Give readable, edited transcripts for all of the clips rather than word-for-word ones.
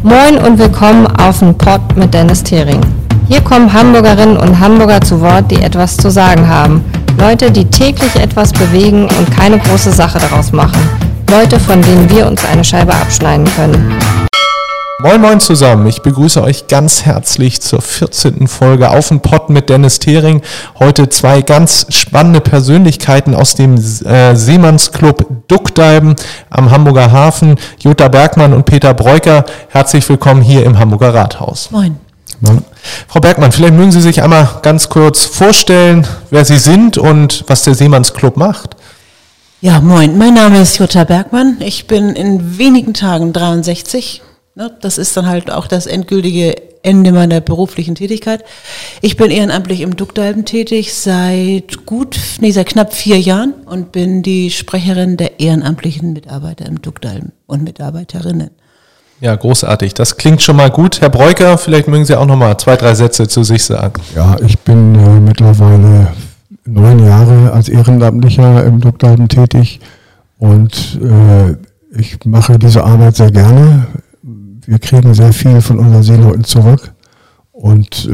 Moin und willkommen auf den Pod mit Dennis Thering. Hier kommen Hamburgerinnen und Hamburger zu Wort, die etwas zu sagen haben. Leute, die täglich etwas bewegen und keine große Sache daraus machen. Leute, von denen wir uns eine Scheibe abschneiden können. Moin Moin zusammen, ich begrüße euch ganz herzlich zur 14. Folge auf den Pod mit Dennis Thering. Heute zwei ganz spannende Persönlichkeiten aus dem Seemannsclub Duckdalben am Hamburger Hafen, Jutta Bergmann und Peter Breuker. Herzlich willkommen hier im Hamburger Rathaus. Moin. Moin. Frau Bergmann, vielleicht mögen Sie sich einmal ganz kurz vorstellen, wer Sie sind und was der Seemannsclub macht. Ja, moin, mein Name ist Jutta Bergmann. Ich bin in wenigen Tagen 63. Das ist dann halt auch das endgültige Ende meiner beruflichen Tätigkeit. Ich bin ehrenamtlich im Duckdalben tätig seit knapp 4 Jahren und bin die Sprecherin der ehrenamtlichen Mitarbeiter im Duckdalben und Mitarbeiterinnen. Ja, großartig. Das klingt schon mal gut. Herr Breuker, vielleicht mögen Sie auch noch mal 2, 3 Sätze zu sich sagen. Ja, ich bin mittlerweile 9 Jahre als Ehrenamtlicher im Duckdalben tätig und ich mache diese Arbeit sehr gerne. Wir kriegen sehr viel von unseren Seeleuten zurück und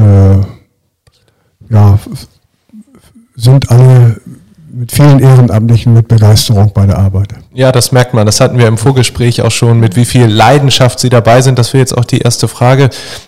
sind alle mit vielen Ehrenamtlichen mit Begeisterung bei der Arbeit. Ja, das merkt man. Das hatten wir im Vorgespräch auch schon, mit wie viel Leidenschaft Sie dabei sind. Das wäre jetzt auch die erste Frage.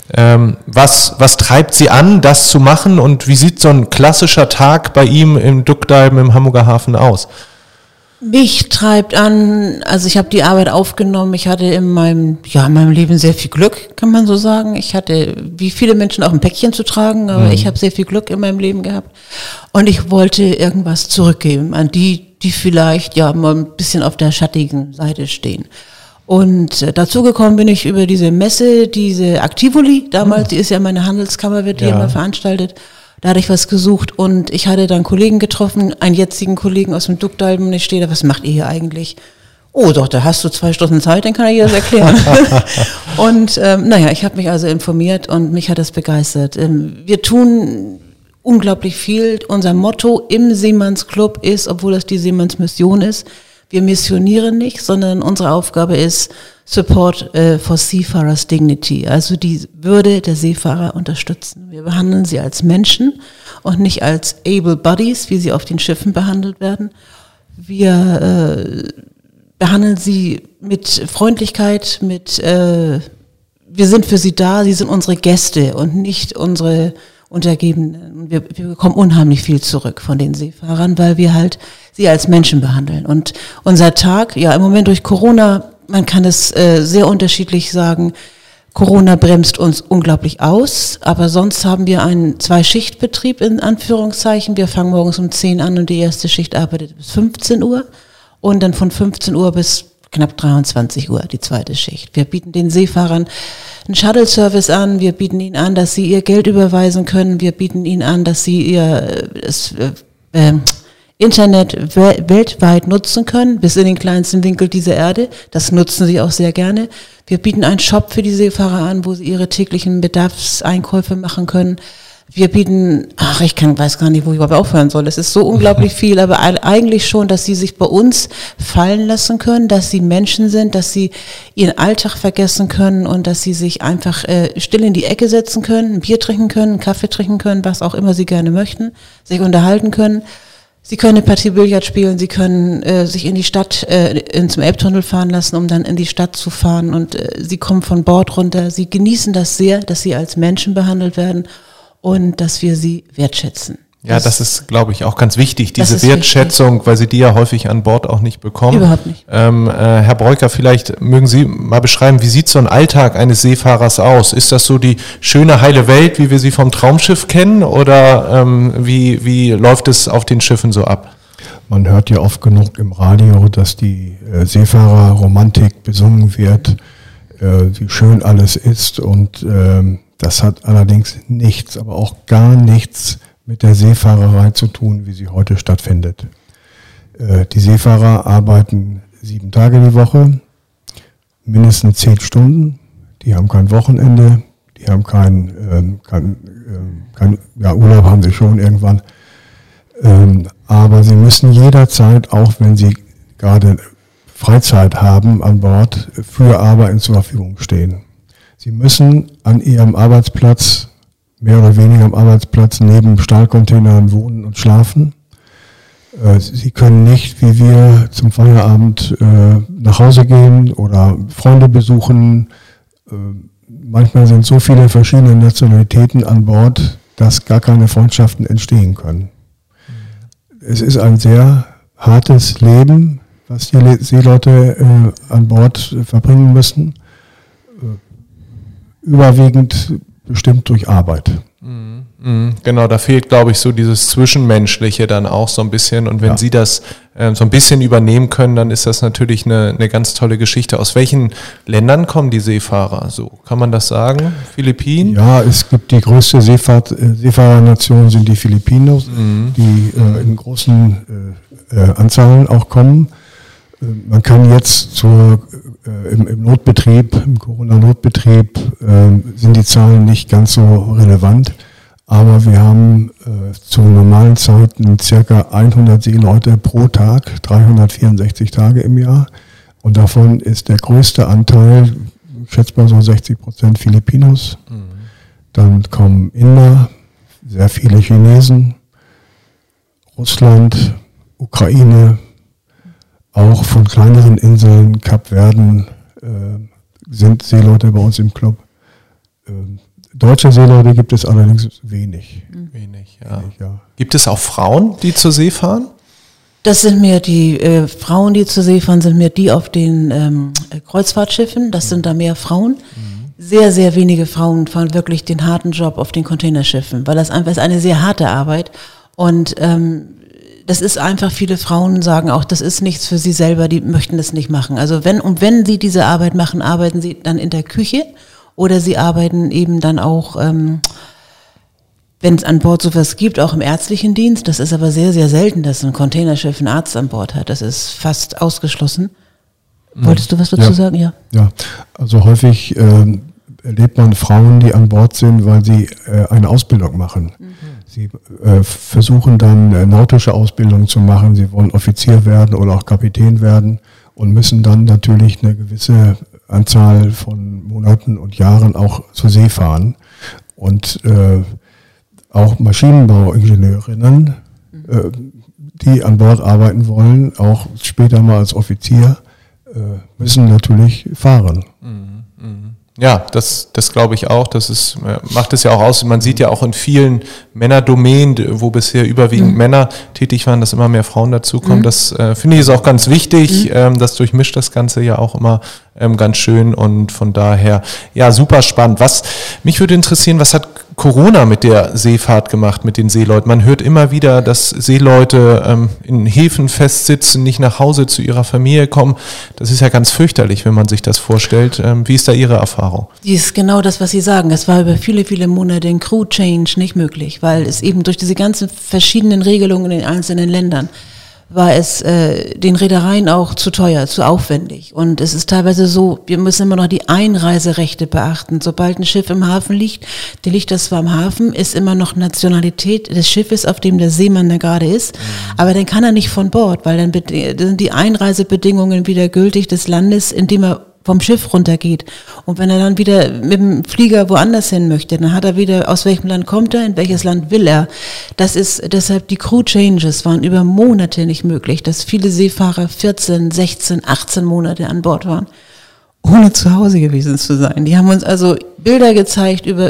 Was treibt Sie an, das zu machen, und wie sieht so ein klassischer Tag bei ihm im Duckdalben im Hamburger Hafen aus? Mich treibt an, also ich habe die Arbeit aufgenommen, ich hatte in meinem Leben sehr viel Glück, kann man so sagen. Ich hatte, wie viele Menschen, auch ein Päckchen zu tragen, aber ich habe sehr viel Glück in meinem Leben gehabt. Und ich wollte irgendwas zurückgeben an die vielleicht mal ein bisschen auf der schattigen Seite stehen. Und dazu gekommen bin ich über diese Messe, diese Activoli damals, die ist ja meine Handelskammer, wird die immer veranstaltet. Da hatte ich was gesucht und ich hatte dann Kollegen getroffen, einen jetzigen Kollegen aus dem Duckdalben, und ich stehe da, was macht ihr hier eigentlich? Oh doch, da hast du 2 Stunden Zeit, dann kann ich dir das erklären. Und ich habe mich also informiert und mich hat das begeistert. Wir tun unglaublich viel. Unser Motto im Seemannsclub ist, obwohl das die Seemannsmission ist, wir missionieren nicht, sondern unsere Aufgabe ist Support for Seafarers Dignity, also die Würde der Seefahrer unterstützen. Wir behandeln sie als Menschen und nicht als able bodies, wie sie auf den Schiffen behandelt werden. Wir behandeln sie mit Freundlichkeit, wir sind für sie da, sie sind unsere Gäste und nicht unsere Untergebenen. Wir bekommen unheimlich viel zurück von den Seefahrern, weil wir halt sie als Menschen behandeln. Und unser Tag, im Moment durch Corona, man kann es sehr unterschiedlich sagen, Corona bremst uns unglaublich aus, aber sonst haben wir einen 2-Schicht-Betrieb in Anführungszeichen. Wir fangen morgens um 10 an und die erste Schicht arbeitet bis 15 Uhr und dann von 15 Uhr bis knapp 23 Uhr die zweite Schicht. Wir bieten den Seefahrern einen Shuttle-Service an, wir bieten ihnen an, dass sie ihr Geld überweisen können, wir bieten ihnen an, dass sie ihr Internet weltweit nutzen können, bis in den kleinsten Winkel dieser Erde. Das nutzen sie auch sehr gerne. Wir bieten einen Shop für die Seefahrer an, wo sie ihre täglichen Bedarfseinkäufe machen können. Wir bieten, weiß gar nicht, wo ich überhaupt aufhören soll. Es ist so unglaublich viel, aber eigentlich schon, dass sie sich bei uns fallen lassen können, dass sie Menschen sind, dass sie ihren Alltag vergessen können und dass sie sich einfach still in die Ecke setzen können, ein Bier trinken können, einen Kaffee trinken können, was auch immer sie gerne möchten, sich unterhalten können. Sie können eine Partie Billard spielen, Sie können sich in die Stadt, zum Elbtunnel fahren lassen, um dann in die Stadt zu fahren, und Sie kommen von Bord runter. Sie genießen das sehr, dass Sie als Menschen behandelt werden und dass wir Sie wertschätzen. Ja, das ist, glaube ich, auch ganz wichtig, diese Wertschätzung, wichtig, weil Sie die ja häufig an Bord auch nicht bekommen. Überhaupt nicht. Herr Breuker, vielleicht mögen Sie mal beschreiben, wie sieht so ein Alltag eines Seefahrers aus? Ist das so die schöne, heile Welt, wie wir sie vom Traumschiff kennen, oder wie läuft es auf den Schiffen so ab? Man hört ja oft genug im Radio, dass die Seefahrerromantik besungen wird, wie schön alles ist, und das hat allerdings nichts, aber auch gar nichts mit der Seefahrerei zu tun, wie sie heute stattfindet. Die Seefahrer arbeiten 7 Tage die Woche, mindestens 10 Stunden. Die haben kein Wochenende, die haben kein Urlaub haben sie schon irgendwann. Aber sie müssen jederzeit, auch wenn sie gerade Freizeit haben an Bord, für Arbeiten zur Verfügung stehen. Sie müssen an ihrem Arbeitsplatz, mehr oder weniger am Arbeitsplatz, neben Stahlcontainern wohnen und schlafen. Sie können nicht, wie wir, zum Feierabend nach Hause gehen oder Freunde besuchen. Manchmal sind so viele verschiedene Nationalitäten an Bord, dass gar keine Freundschaften entstehen können. Es ist ein sehr hartes Leben, was die Seeleute an Bord verbringen müssen. Überwiegend bestimmt durch Arbeit. Genau, da fehlt, glaube ich, so dieses Zwischenmenschliche dann auch so ein bisschen. Und wenn Sie das so ein bisschen übernehmen können, dann ist das natürlich eine ganz tolle Geschichte. Aus welchen Ländern kommen die Seefahrer? So, kann man das sagen? Philippinen? Ja, es gibt die größte Seefahrernation sind die Filipinos, die in großen Anzahlen auch kommen. Man kann jetzt im Notbetrieb, im Corona-Notbetrieb, sind die Zahlen nicht ganz so relevant. Aber wir haben zu normalen Zeiten ca. 100 Seeleute pro Tag, 364 Tage im Jahr. Und davon ist der größte Anteil, schätzbar so 60% Filipinos. Dann kommen Inder, sehr viele Chinesen, Russland, Ukraine, auch von kleineren Inseln, Kapverden, sind Seeleute bei uns im Club. Deutsche Seeleute gibt es allerdings wenig. Wenig, ja. Gibt es auch Frauen, die zur See fahren? Das sind mir die Frauen, die zur See fahren, sind mir die auf den Kreuzfahrtschiffen. Das sind da mehr Frauen. Sehr, sehr wenige Frauen fahren wirklich den harten Job auf den Containerschiffen, weil das einfach ist eine sehr harte Arbeit. Und das ist einfach, viele Frauen sagen auch, das ist nichts für sie selber, die möchten das nicht machen. Also wenn sie diese Arbeit machen, arbeiten sie dann in der Küche. Oder sie arbeiten eben dann auch, wenn es an Bord sowas gibt, auch im ärztlichen Dienst. Das ist aber sehr, sehr selten, dass ein Containerschiff einen Arzt an Bord hat. Das ist fast ausgeschlossen. Wolltest du was dazu sagen? Ja. Ja, also häufig erlebt man Frauen, die an Bord sind, weil sie eine Ausbildung machen. Sie versuchen dann nautische Ausbildung zu machen. Sie wollen Offizier werden oder auch Kapitän werden und müssen dann natürlich eine gewisse Anzahl von Monaten und Jahren auch zur See fahren. Und auch Maschinenbauingenieurinnen, die an Bord arbeiten wollen, auch später mal als Offizier, müssen natürlich fahren. Ja, das glaube ich auch. Das ist, macht es ja auch aus. Man sieht ja auch in vielen Männerdomänen, wo bisher überwiegend Männer tätig waren, dass immer mehr Frauen dazukommen. Das finde ich ist auch ganz wichtig. Das durchmischt das Ganze ja auch immer ganz schön und von daher, ja, super spannend. Mich würde interessieren, was hat Corona mit der Seefahrt gemacht, mit den Seeleuten? Man hört immer wieder, dass Seeleute in Häfen festsitzen, nicht nach Hause zu ihrer Familie kommen. Das ist ja ganz fürchterlich, wenn man sich das vorstellt. Wie ist da Ihre Erfahrung? Die ist genau das, was Sie sagen. Es war über viele, viele Monate ein Crew-Change nicht möglich, weil es eben durch diese ganzen verschiedenen Regelungen in den einzelnen Ländern war es den Reedereien auch zu teuer, zu aufwendig. Und es ist teilweise so, wir müssen immer noch die Einreiserechte beachten. Sobald ein Schiff im Hafen liegt, der liegt das zwar im Hafen, ist immer noch Nationalität des Schiffes, auf dem der Seemann da gerade ist, aber dann kann er nicht von Bord, weil dann sind die Einreisebedingungen wieder gültig des Landes, in dem er vom Schiff runtergeht. Und wenn er dann wieder mit dem Flieger woanders hin möchte, dann hat er wieder, aus welchem Land kommt er, in welches Land will er. Das ist deshalb, die Crew-Changes waren über Monate nicht möglich, dass viele Seefahrer 14, 16, 18 Monate an Bord waren, ohne zu Hause gewesen zu sein. Die haben uns also Bilder gezeigt übers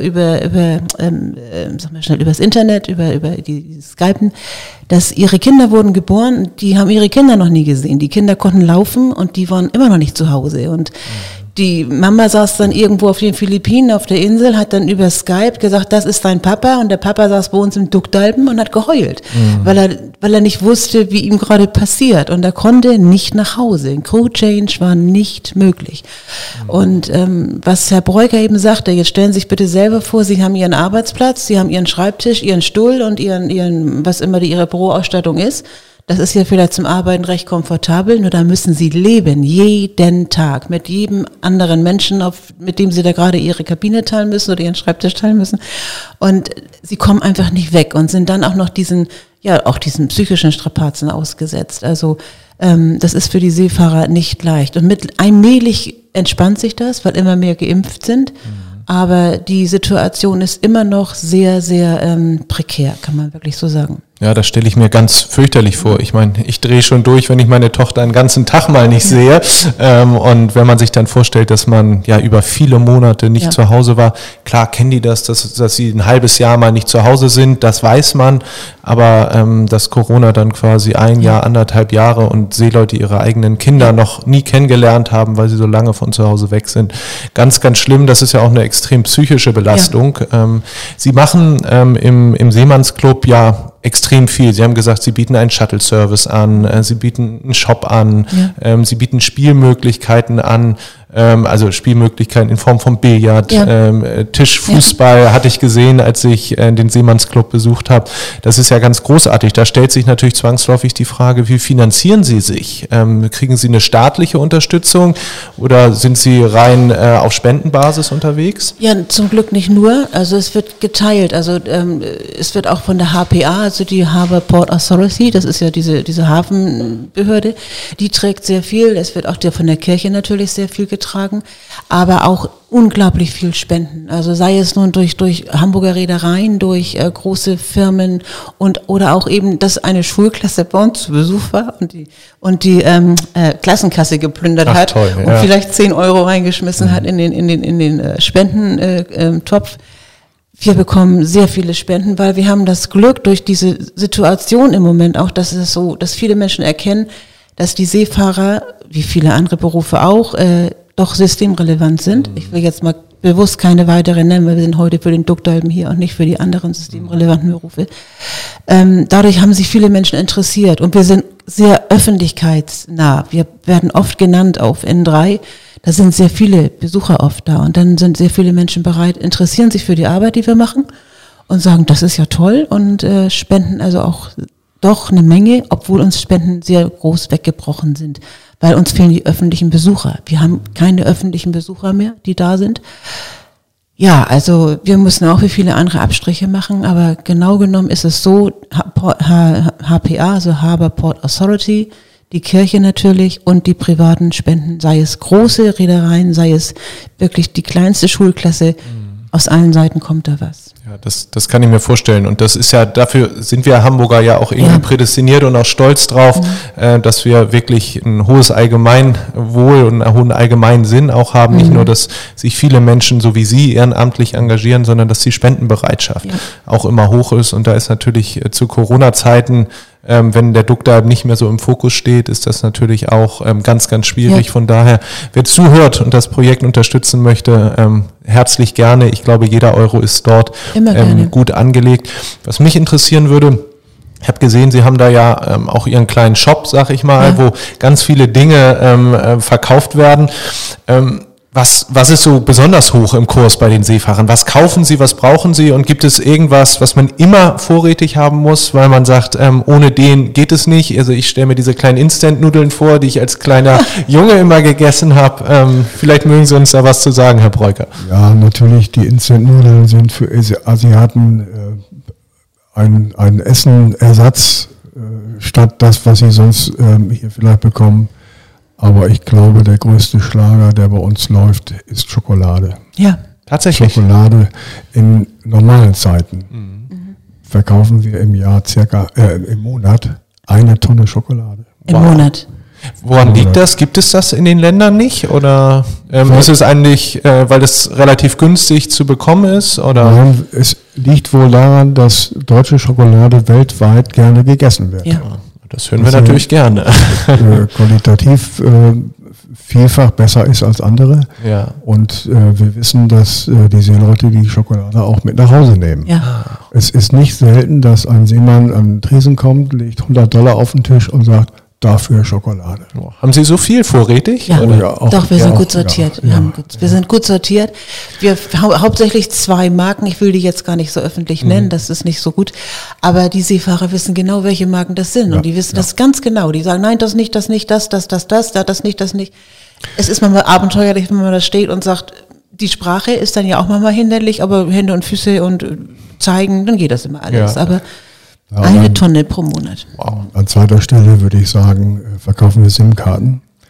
Internet, über die Skypen, dass ihre Kinder wurden geboren, die haben ihre Kinder noch nie gesehen. Die Kinder konnten laufen und die waren immer noch nicht zu Hause. Und die Mama saß dann irgendwo auf den Philippinen auf der Insel, hat dann über Skype gesagt, das ist dein Papa. Und der Papa saß bei uns im Duckdalben und hat geheult, weil er nicht wusste, wie ihm gerade passiert. Und er konnte nicht nach Hause. Ein Crew-Change war nicht möglich. Und was Herr Breuker eben sagte, jetzt stellen Sie sich bitte selber vor, Sie haben Ihren Arbeitsplatz, Sie haben Ihren Schreibtisch, Ihren Stuhl und Ihren was immer Ihre Büroausstattung ist. Das ist ja vielleicht zum Arbeiten recht komfortabel, nur da müssen Sie leben, jeden Tag, mit jedem anderen Menschen, mit dem Sie da gerade Ihre Kabine teilen müssen oder Ihren Schreibtisch teilen müssen. Und Sie kommen einfach nicht weg und sind dann auch noch diesen psychischen Strapazen ausgesetzt. Also das ist für die Seefahrer nicht leicht. Und allmählich entspannt sich das, weil immer mehr geimpft sind. Aber die Situation ist immer noch sehr, sehr prekär, kann man wirklich so sagen. Ja, das stelle ich mir ganz fürchterlich vor. Ich meine, ich drehe schon durch, wenn ich meine Tochter einen ganzen Tag mal nicht sehe. Und wenn man sich dann vorstellt, dass man ja über viele Monate nicht zu Hause war, klar kennen die das, dass sie ein halbes Jahr mal nicht zu Hause sind, das weiß man. Aber dass Corona dann quasi 1 Jahr, 1,5 Jahre und Seeleute ihre eigenen Kinder noch nie kennengelernt haben, weil sie so lange von zu Hause weg sind. Ganz, ganz schlimm. Das ist ja auch eine extrem psychische Belastung. Ja. Sie machen im Seemannsclub ja extrem viel. Sie haben gesagt, Sie bieten einen Shuttle-Service an, Sie bieten einen Shop an, Sie bieten Spielmöglichkeiten an, also Spielmöglichkeiten in Form von Billard, Tischfußball hatte ich gesehen, als ich den Seemannsclub besucht habe. Das ist ja ganz großartig. Da stellt sich natürlich zwangsläufig die Frage, wie finanzieren Sie sich? Kriegen Sie eine staatliche Unterstützung oder sind Sie rein auf Spendenbasis unterwegs? Ja, zum Glück nicht nur. Also es wird geteilt. Also es wird auch von der HPA, also die Harbour Port Authority, das ist ja diese Hafenbehörde, die trägt sehr viel. Es wird auch von der Kirche natürlich sehr viel getragen, aber auch unglaublich viel Spenden. Also sei es nun durch Hamburger Reedereien, durch große Firmen oder auch eben, dass eine Schulklasse bei uns zu Besuch war und die Klassenkasse geplündert hat toll, und vielleicht 10 Euro reingeschmissen hat in den Spendentopf. Wir bekommen sehr viele Spenden, weil wir haben das Glück durch diese Situation im Moment auch, dass es so, dass viele Menschen erkennen, dass die Seefahrer, wie viele andere Berufe auch, doch systemrelevant sind. Ich will jetzt mal bewusst keine weitere nennen, weil wir sind heute für den Duckdalben hier und nicht für die anderen systemrelevanten Berufe. Dadurch haben sich viele Menschen interessiert und wir sind sehr öffentlichkeitsnah. Wir werden oft genannt auf N3. Da sind sehr viele Besucher oft da und dann sind sehr viele Menschen bereit, interessieren sich für die Arbeit, die wir machen und sagen, das ist ja toll und spenden also auch doch eine Menge, obwohl uns Spenden sehr groß weggebrochen sind, weil uns fehlen die öffentlichen Besucher. Wir haben keine öffentlichen Besucher mehr, die da sind. Ja, also wir müssen auch wie viele andere Abstriche machen, aber genau genommen ist es so, HPA, also Harbour Port Authority, die Kirche natürlich und die privaten Spenden, sei es große Reedereien, sei es wirklich die kleinste Schulklasse, aus allen Seiten kommt da was. Ja, das kann ich mir vorstellen. Und das ist ja, dafür sind wir Hamburger ja auch irgendwie prädestiniert und auch stolz drauf, dass wir wirklich ein hohes Allgemeinwohl und einen hohen allgemeinen Sinn auch haben. Nicht nur, dass sich viele Menschen, so wie Sie, ehrenamtlich engagieren, sondern dass die Spendenbereitschaft auch immer hoch ist. Und da ist natürlich zu Corona-Zeiten, wenn der Duckdalben nicht mehr so im Fokus steht, ist das natürlich auch ganz, ganz schwierig. Von daher, wer zuhört und das Projekt unterstützen möchte, herzlich gerne. Ich glaube, jeder Euro ist dort gut angelegt. Was mich interessieren würde, ich habe gesehen, Sie haben da ja auch Ihren kleinen Shop, sag ich mal, wo ganz viele Dinge verkauft werden. Was ist so besonders hoch im Kurs bei den Seefahrern? Was kaufen Sie, was brauchen Sie und gibt es irgendwas, was man immer vorrätig haben muss, weil man sagt, ohne den geht es nicht? Also ich stelle mir diese kleinen Instant-Nudeln vor, die ich als kleiner Junge immer gegessen habe. Vielleicht mögen Sie uns da was zu sagen, Herr Breuker. Ja, natürlich, die Instant-Nudeln sind für Asiaten ein Essenersatz statt das, was sie sonst hier vielleicht bekommen. Aber ich glaube, der größte Schlager, der bei uns läuft, ist Schokolade. Ja, tatsächlich. Schokolade in normalen Zeiten verkaufen wir im Jahr im Monat 1 Tonne Schokolade. Im Monat. Woran liegt das? Gibt es das in den Ländern nicht? Oder ist es eigentlich, weil es relativ günstig zu bekommen ist? Oder? Nein, es liegt wohl daran, dass deutsche Schokolade weltweit gerne gegessen wird. Ja. Das hören wir natürlich gerne. Qualitativ vielfach besser ist als andere. Ja. Und wir wissen, dass die Seeleute die Schokolade auch mit nach Hause nehmen. Ja. Es ist nicht selten, dass ein Seemann an den Tresen kommt, legt $100 auf den Tisch und sagt, dafür Schokolade. Haben Sie so viel vorrätig? Ja, doch, wir sind gut sortiert. Wir sind gut sortiert. Wir haben hauptsächlich 2 Marken. Ich will die jetzt gar nicht so öffentlich nennen, das ist nicht so gut. Aber die Seefahrer wissen genau, welche Marken das sind. Und die wissen das ganz genau. Die sagen, nein, das nicht, das nicht, das nicht. Es ist manchmal abenteuerlich, wenn man da steht und sagt, die Sprache ist dann ja auch manchmal hinderlich, aber Hände und Füße und zeigen, dann geht das immer alles. Ja. Aber 1 Tonne pro Monat. Wow. An zweiter Stelle würde ich sagen, verkaufen wir SIM-Karten.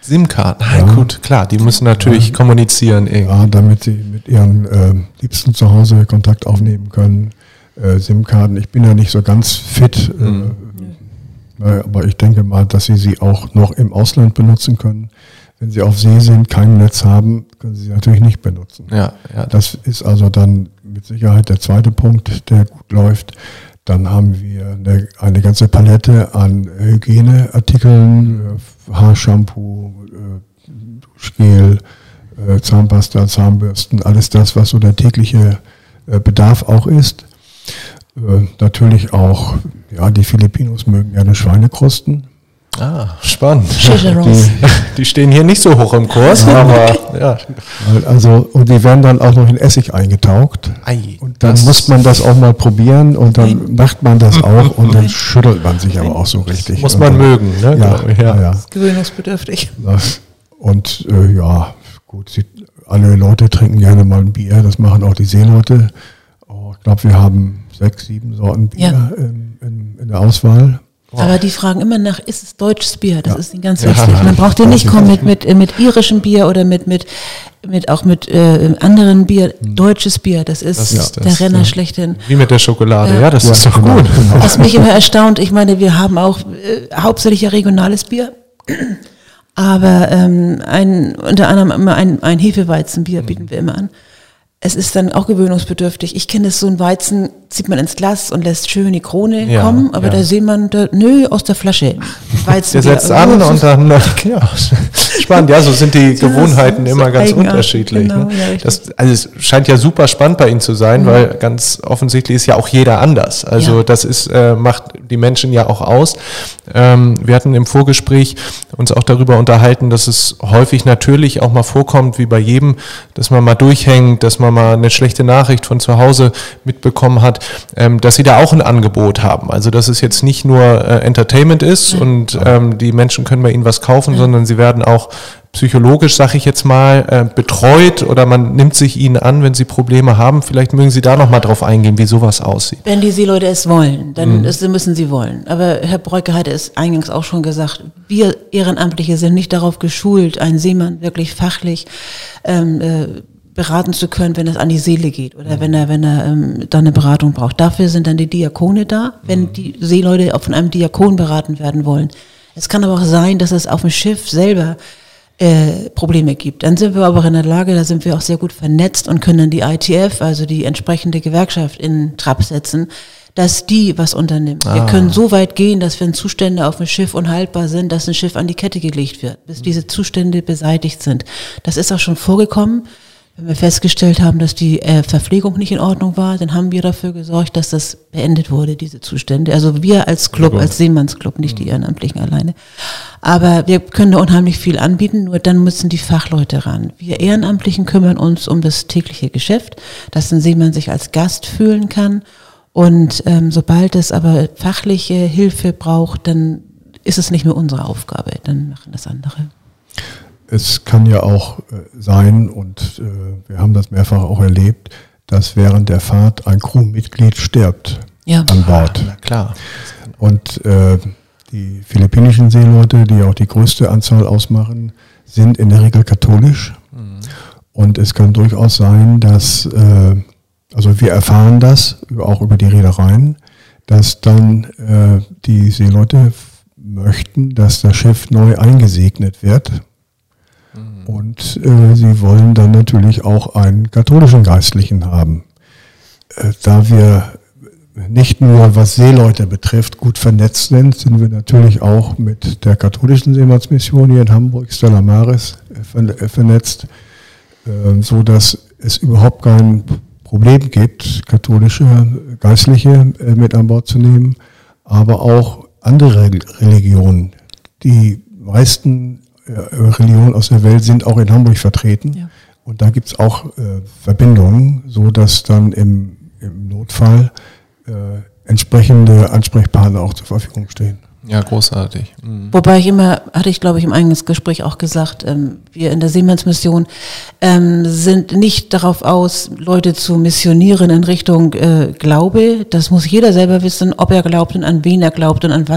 SIM-Karten, gut, klar, die müssen natürlich kommunizieren irgendwie. Ja, damit sie mit ihren Liebsten zu Hause Kontakt aufnehmen können. SIM-Karten, ich bin ja nicht so ganz fit, aber ich denke mal, dass sie auch noch im Ausland benutzen können. Wenn sie auf See sind, kein Netz haben, können sie natürlich nicht benutzen. Ja. Das ist also dann mit Sicherheit der zweite Punkt, der gut läuft. Dann haben wir eine ganze Palette an Hygieneartikeln, Haarshampoo, Duschgel, Zahnpasta, Zahnbürsten, alles das, was so der tägliche Bedarf auch ist. Natürlich auch, die Filipinos mögen gerne Schweinekrusten. Spannend. Die stehen hier nicht so hoch im Kurs, aber ja. Also, und die werden dann auch noch in Essig eingetaucht. Und dann muss man das auch mal probieren und dann macht man das auch und dann schüttelt man sich aber auch so richtig. Muss man mögen, ne? Ja. Das ist gewöhnungsbedürftig. Und gut, alle Leute trinken gerne mal ein Bier, das machen auch die Seeleute. Ich glaube, wir haben 6, 7 Sorten Bier in der Auswahl. Aber die fragen immer nach, ist es deutsches Bier? Das ist ganz wichtig. Man braucht ja nicht kommen mit irischem Bier oder mit anderen Bier. Deutsches Bier, das ist der Renner schlechthin. Wie mit der Schokolade, das ist doch gut. Was mich immer erstaunt, ich meine, wir haben auch hauptsächlich ja regionales Bier, aber unter anderem immer ein Hefeweizenbier bieten wir immer an. Es ist dann auch gewöhnungsbedürftig. Ich kenne es, so ein Weizen zieht man ins Glas und lässt schön die Krone kommen, aber da sieht man, aus der Flasche. Der setzt an und dann, spannend, so sind die Gewohnheiten immer ganz unterschiedlich. Genau, es scheint ja super spannend bei Ihnen zu sein, weil ganz offensichtlich ist ja auch jeder anders. Also das macht die Menschen ja auch aus. Wir hatten im Vorgespräch uns auch darüber unterhalten, dass es häufig natürlich auch mal vorkommt, wie bei jedem, dass man mal durchhängt, dass man mal eine schlechte Nachricht von zu Hause mitbekommen hat, dass sie da auch ein Angebot haben. Also dass es jetzt nicht nur Entertainment ist und die Menschen können bei ihnen was kaufen, sondern sie werden auch psychologisch, sag ich jetzt mal, betreut oder man nimmt sich ihnen an, wenn sie Probleme haben. Vielleicht mögen Sie da noch mal drauf eingehen, wie sowas aussieht. Wenn die Seeleute es wollen, dann müssen sie wollen. Aber Herr Breuke hatte es eingangs auch schon gesagt, wir Ehrenamtliche sind nicht darauf geschult, einen Seemann wirklich fachlich beraten zu können, wenn es an die Seele geht oder wenn er dann eine Beratung braucht. Dafür sind dann die Diakone da, wenn die Seeleute auch von einem Diakon beraten werden wollen. Es kann aber auch sein, dass es auf dem Schiff selber Probleme gibt. Dann sind wir aber auch in der Lage, da sind wir auch sehr gut vernetzt und können dann die ITF, also die entsprechende Gewerkschaft, in Trab setzen, dass die was unternimmt. Wir können so weit gehen, dass wenn Zustände auf dem Schiff unhaltbar sind, dass ein Schiff an die Kette gelegt wird, bis diese Zustände beseitigt sind. Das ist auch schon vorgekommen. Wenn wir festgestellt haben, dass die Verpflegung nicht in Ordnung war, dann haben wir dafür gesorgt, dass das beendet wurde, diese Zustände. Also wir als Club, als Seemannsclub, nicht die Ehrenamtlichen alleine. Aber wir können da unheimlich viel anbieten, nur dann müssen die Fachleute ran. Wir Ehrenamtlichen kümmern uns um das tägliche Geschäft, dass ein Seemann sich als Gast fühlen kann. Und sobald es aber fachliche Hilfe braucht, dann ist es nicht mehr unsere Aufgabe, dann machen das andere. Es kann ja auch sein, und wir haben das mehrfach auch erlebt, dass während der Fahrt ein Crewmitglied stirbt an Bord. Na klar. Und die philippinischen Seeleute, die auch die größte Anzahl ausmachen, sind in der Regel katholisch. Und es kann durchaus sein, dass, also wir erfahren das auch über die Reedereien, dass dann die Seeleute möchten, dass das Schiff neu eingesegnet wird. Und sie wollen dann natürlich auch einen katholischen Geistlichen haben. Da wir nicht nur, was Seeleute betrifft, gut vernetzt sind, sind wir natürlich auch mit der katholischen Seemannsmission hier in Hamburg, Stella Maris, vernetzt, so dass es überhaupt kein Problem gibt, katholische Geistliche mit an Bord zu nehmen, aber auch andere Religionen. Die meisten Religionen aus der Welt sind auch in Hamburg vertreten. Ja. Und da gibt es auch Verbindungen, so dass dann im Notfall entsprechende Ansprechpartner auch zur Verfügung stehen. Ja, großartig. Wobei hatte ich glaube ich im Eingangsgespräch auch gesagt, wir in der Seemannsmission sind nicht darauf aus, Leute zu missionieren in Richtung Glaube. Das muss jeder selber wissen, ob er glaubt und an wen er glaubt und an was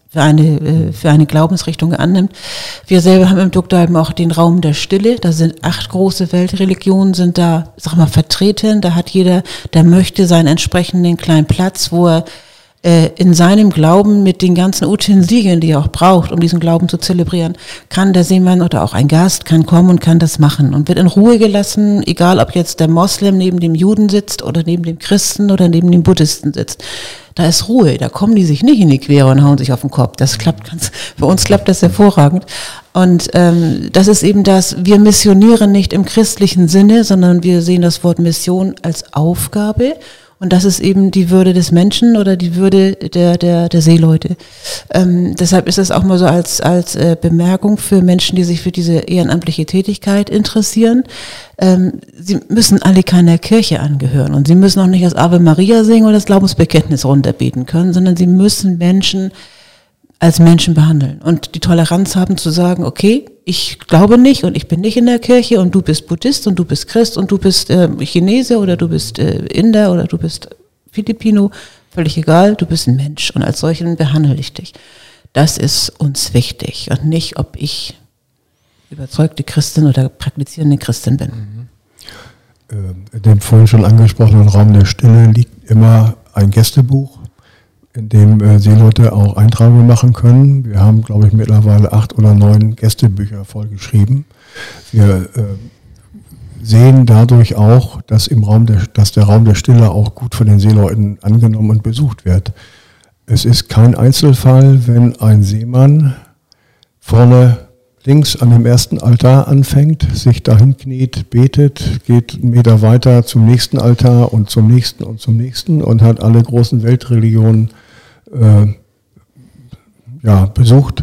für eine Glaubensrichtung annimmt. Wir selber haben im Duktalben auch den Raum der Stille. Da sind 8 große Weltreligionen sind da, vertreten. Da hat jeder, der möchte, seinen entsprechenden kleinen Platz, wo er in seinem Glauben mit den ganzen Utensilien, die er auch braucht, um diesen Glauben zu zelebrieren, kann der Seemann oder auch ein Gast kann kommen und kann das machen und wird in Ruhe gelassen, egal ob jetzt der Moslem neben dem Juden sitzt oder neben dem Christen oder neben dem Buddhisten sitzt. Da ist Ruhe, da kommen die sich nicht in die Quere und hauen sich auf den Kopf. Das klappt für uns klappt das hervorragend. Und das ist eben das, wir missionieren nicht im christlichen Sinne, sondern wir sehen das Wort Mission als Aufgabe. Und das ist eben die Würde des Menschen oder die Würde der Seeleute. Deshalb ist es auch mal so als Bemerkung für Menschen, die sich für diese ehrenamtliche Tätigkeit interessieren. Sie müssen alle keiner Kirche angehören und sie müssen auch nicht das Ave Maria singen oder das Glaubensbekenntnis runterbeten können, sondern sie müssen Menschen als Menschen behandeln und die Toleranz haben zu sagen, okay, ich glaube nicht und ich bin nicht in der Kirche und du bist Buddhist und du bist Christ und du bist Chinese oder du bist Inder oder du bist Filipino, völlig egal, du bist ein Mensch und als solchen behandle ich dich. Das ist uns wichtig und nicht, ob ich überzeugte Christin oder praktizierende Christin bin. In dem vorhin schon angesprochenen Raum der Stille liegt immer ein Gästebuch, in dem Seeleute auch Eintragungen machen können. Wir haben, glaube ich, mittlerweile 8 oder 9 Gästebücher vollgeschrieben. Wir sehen dadurch auch, dass der Raum der Stille auch gut von den Seeleuten angenommen und besucht wird. Es ist kein Einzelfall, wenn ein Seemann vorne links an dem ersten Altar anfängt, sich dahin kniet, betet, geht 1 Meter weiter zum nächsten Altar und zum nächsten und hat alle großen Weltreligionen besucht,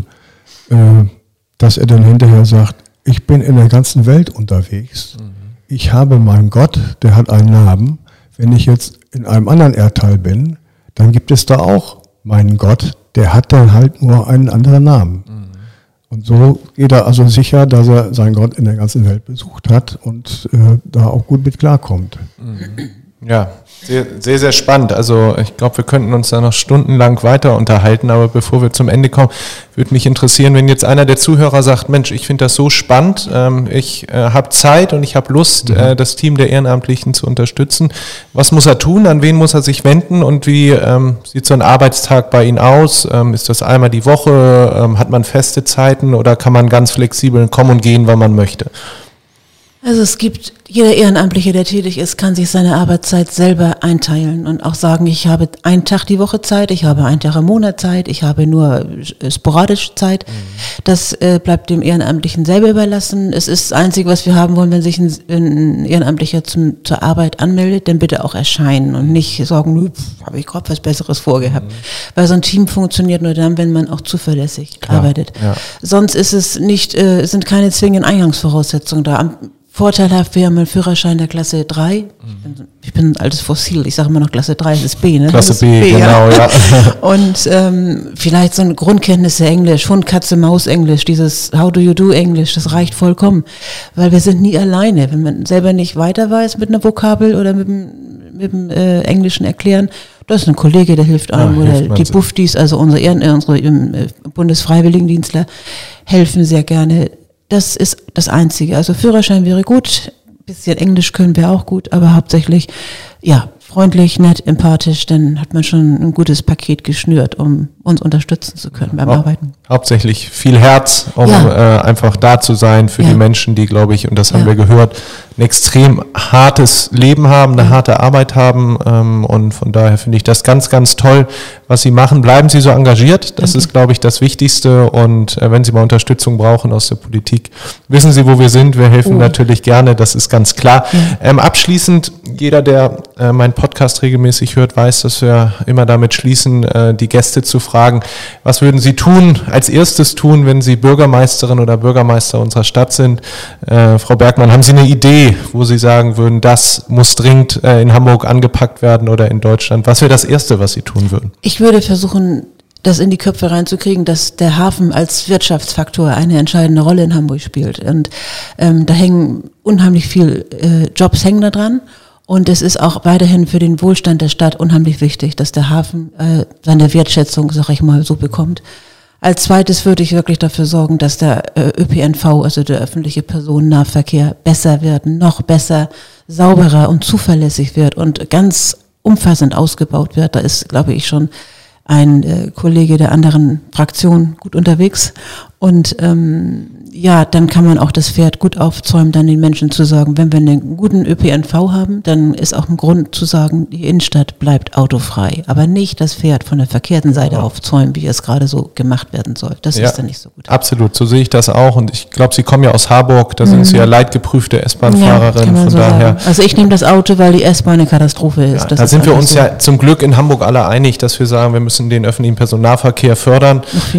dass er dann hinterher sagt, ich bin in der ganzen Welt unterwegs, ich habe meinen Gott, der hat einen Namen, wenn ich jetzt in einem anderen Erdteil bin, dann gibt es da auch meinen Gott, der hat dann halt nur einen anderen Namen. Und so geht er also sicher, dass er seinen Gott in der ganzen Welt besucht hat und da auch gut mit klarkommt. Ja, sehr, sehr, sehr spannend. Also ich glaube, wir könnten uns da noch stundenlang weiter unterhalten, aber bevor wir zum Ende kommen, würde mich interessieren, wenn jetzt einer der Zuhörer sagt, Mensch, ich finde das so spannend, ich habe Zeit und ich habe Lust, das Team der Ehrenamtlichen zu unterstützen. Was muss er tun? An wen muss er sich wenden? Und wie sieht so ein Arbeitstag bei Ihnen aus? Ist das einmal die Woche? Hat man feste Zeiten oder kann man ganz flexibel kommen und gehen, wann man möchte? Also es gibt, jeder Ehrenamtliche, der tätig ist, kann sich seine Arbeitszeit selber einteilen und auch sagen, ich habe einen Tag die Woche Zeit, ich habe einen Tag im Monat Zeit, ich habe nur sporadisch Zeit. Das bleibt dem Ehrenamtlichen selber überlassen. Es ist das Einzige, was wir haben wollen, wenn sich ein Ehrenamtlicher zur Arbeit anmeldet, dann bitte auch erscheinen und nicht sagen, habe ich gerade was Besseres vorgehabt. Weil so ein Team funktioniert nur dann, wenn man auch zuverlässig arbeitet. Ja. Sonst ist es nicht, sind keine zwingenden Eingangsvoraussetzungen da. Vorteilhaft, wir haben einen Führerschein der Klasse 3. Ich bin ein altes Fossil, ich sage immer noch Klasse 3, das ist B, ne? Klasse B, genau, ja. Und vielleicht so eine Grundkenntnisse Englisch, Hund, Katze, Maus Englisch, dieses How do you do Englisch, das reicht vollkommen. Weil wir sind nie alleine. Wenn man selber nicht weiter weiß mit einer Vokabel oder mit dem Englischen erklären, da ist ein Kollege, der hilft einem, oder die Buftis, also unsere Bundesfreiwilligendienstler, helfen sehr gerne. Das ist das Einzige. Also Führerschein wäre gut, bisschen Englisch können wir auch gut, aber hauptsächlich, ja, freundlich, nett, empathisch, dann hat man schon ein gutes Paket geschnürt, um uns unterstützen zu können beim Arbeiten. Hauptsächlich viel Herz, um einfach da zu sein für die Menschen, die, glaube ich, und das haben wir gehört, ein extrem hartes Leben haben, eine harte Arbeit haben, und von daher finde ich das ganz, ganz toll, was Sie machen. Bleiben Sie so engagiert, das ist, glaube ich, das Wichtigste, und wenn Sie mal Unterstützung brauchen aus der Politik, wissen Sie, wo wir sind, wir helfen natürlich gerne, das ist ganz klar. Abschließend, jeder, der meinen Podcast regelmäßig hört, weiß, dass wir immer damit schließen, die Gäste zu fragen, was würden Sie tun, als erstes tun, wenn Sie Bürgermeisterin oder Bürgermeister unserer Stadt sind? Frau Bergmann, haben Sie eine Idee, wo Sie sagen würden, das muss dringend in Hamburg angepackt werden oder in Deutschland? Was wäre das Erste, was Sie tun würden? Ich würde versuchen, das in die Köpfe reinzukriegen, dass der Hafen als Wirtschaftsfaktor eine entscheidende Rolle in Hamburg spielt. Und da hängen unheimlich viel Jobs hängen da dran. Und es ist auch weiterhin für den Wohlstand der Stadt unheimlich wichtig, dass der Hafen seine Wertschätzung, sag ich mal, so bekommt. Als zweites würde ich wirklich dafür sorgen, dass der ÖPNV, also der öffentliche Personennahverkehr, besser wird, noch besser, sauberer und zuverlässig wird und ganz umfassend ausgebaut wird. Da ist, glaube ich, schon ein Kollege der anderen Fraktion gut unterwegs. Und dann kann man auch das Pferd gut aufzäumen, dann den Menschen zu sagen, wenn wir einen guten ÖPNV haben, dann ist auch ein Grund zu sagen, die Innenstadt bleibt autofrei. Aber nicht das Pferd von der verkehrten Seite aufzäumen, wie es gerade so gemacht werden soll. Das ist dann nicht so gut. Absolut, so sehe ich das auch. Und ich glaube, Sie kommen ja aus Harburg, da sind Sie ja leidgeprüfte S-Bahn-Fahrerin. Ja, von so daher. Sagen. Also ich nehme das Auto, weil die S-Bahn eine Katastrophe ist. Ja, da sind wir uns so ja zum Glück in Hamburg alle einig, dass wir sagen, wir müssen den öffentlichen Personennahverkehr fördern.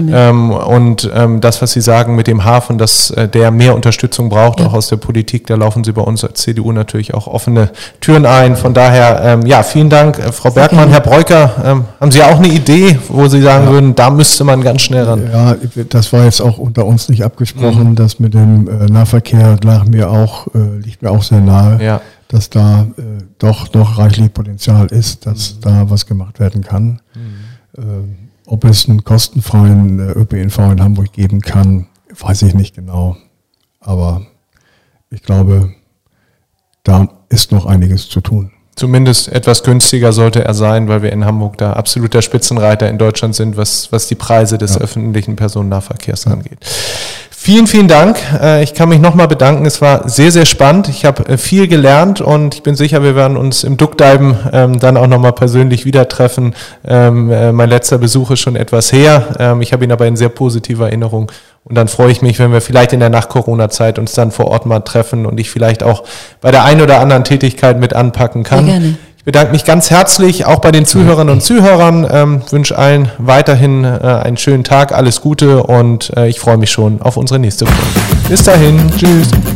Das, was Sie sagen mit dem Hafen, dass der mehr Unterstützung braucht, auch aus der Politik, da laufen Sie bei uns als CDU natürlich auch offene Türen ein. Von daher, vielen Dank, Frau Bergmann. Herr Breuker, haben Sie auch eine Idee, wo Sie sagen würden, da müsste man ganz schnell ran? Ja, das war jetzt auch unter uns nicht abgesprochen, das mit dem Nahverkehr liegt mir auch sehr nahe, dass da doch noch reichlich Potenzial ist, dass da was gemacht werden kann. Ob es einen kostenfreien ÖPNV in Hamburg geben kann, weiß ich nicht genau. Aber ich glaube, da ist noch einiges zu tun. Zumindest etwas günstiger sollte er sein, weil wir in Hamburg da absoluter Spitzenreiter in Deutschland sind, was die Preise des öffentlichen Personennahverkehrs angeht. Vielen, vielen Dank. Ich kann mich nochmal bedanken. Es war sehr, sehr spannend. Ich habe viel gelernt und ich bin sicher, wir werden uns im Duckdeiben dann auch nochmal persönlich wieder treffen. Mein letzter Besuch ist schon etwas her. Ich habe ihn aber in sehr positiver Erinnerung. Und dann freue ich mich, wenn wir vielleicht in der Nach-Corona-Zeit uns dann vor Ort mal treffen und ich vielleicht auch bei der einen oder anderen Tätigkeit mit anpacken kann. Sehr gerne. Ich bedanke mich ganz herzlich, auch bei den Zuhörerinnen und Zuhörern, wünsche allen weiterhin einen schönen Tag, alles Gute und ich freue mich schon auf unsere nächste Folge. Bis dahin, tschüss.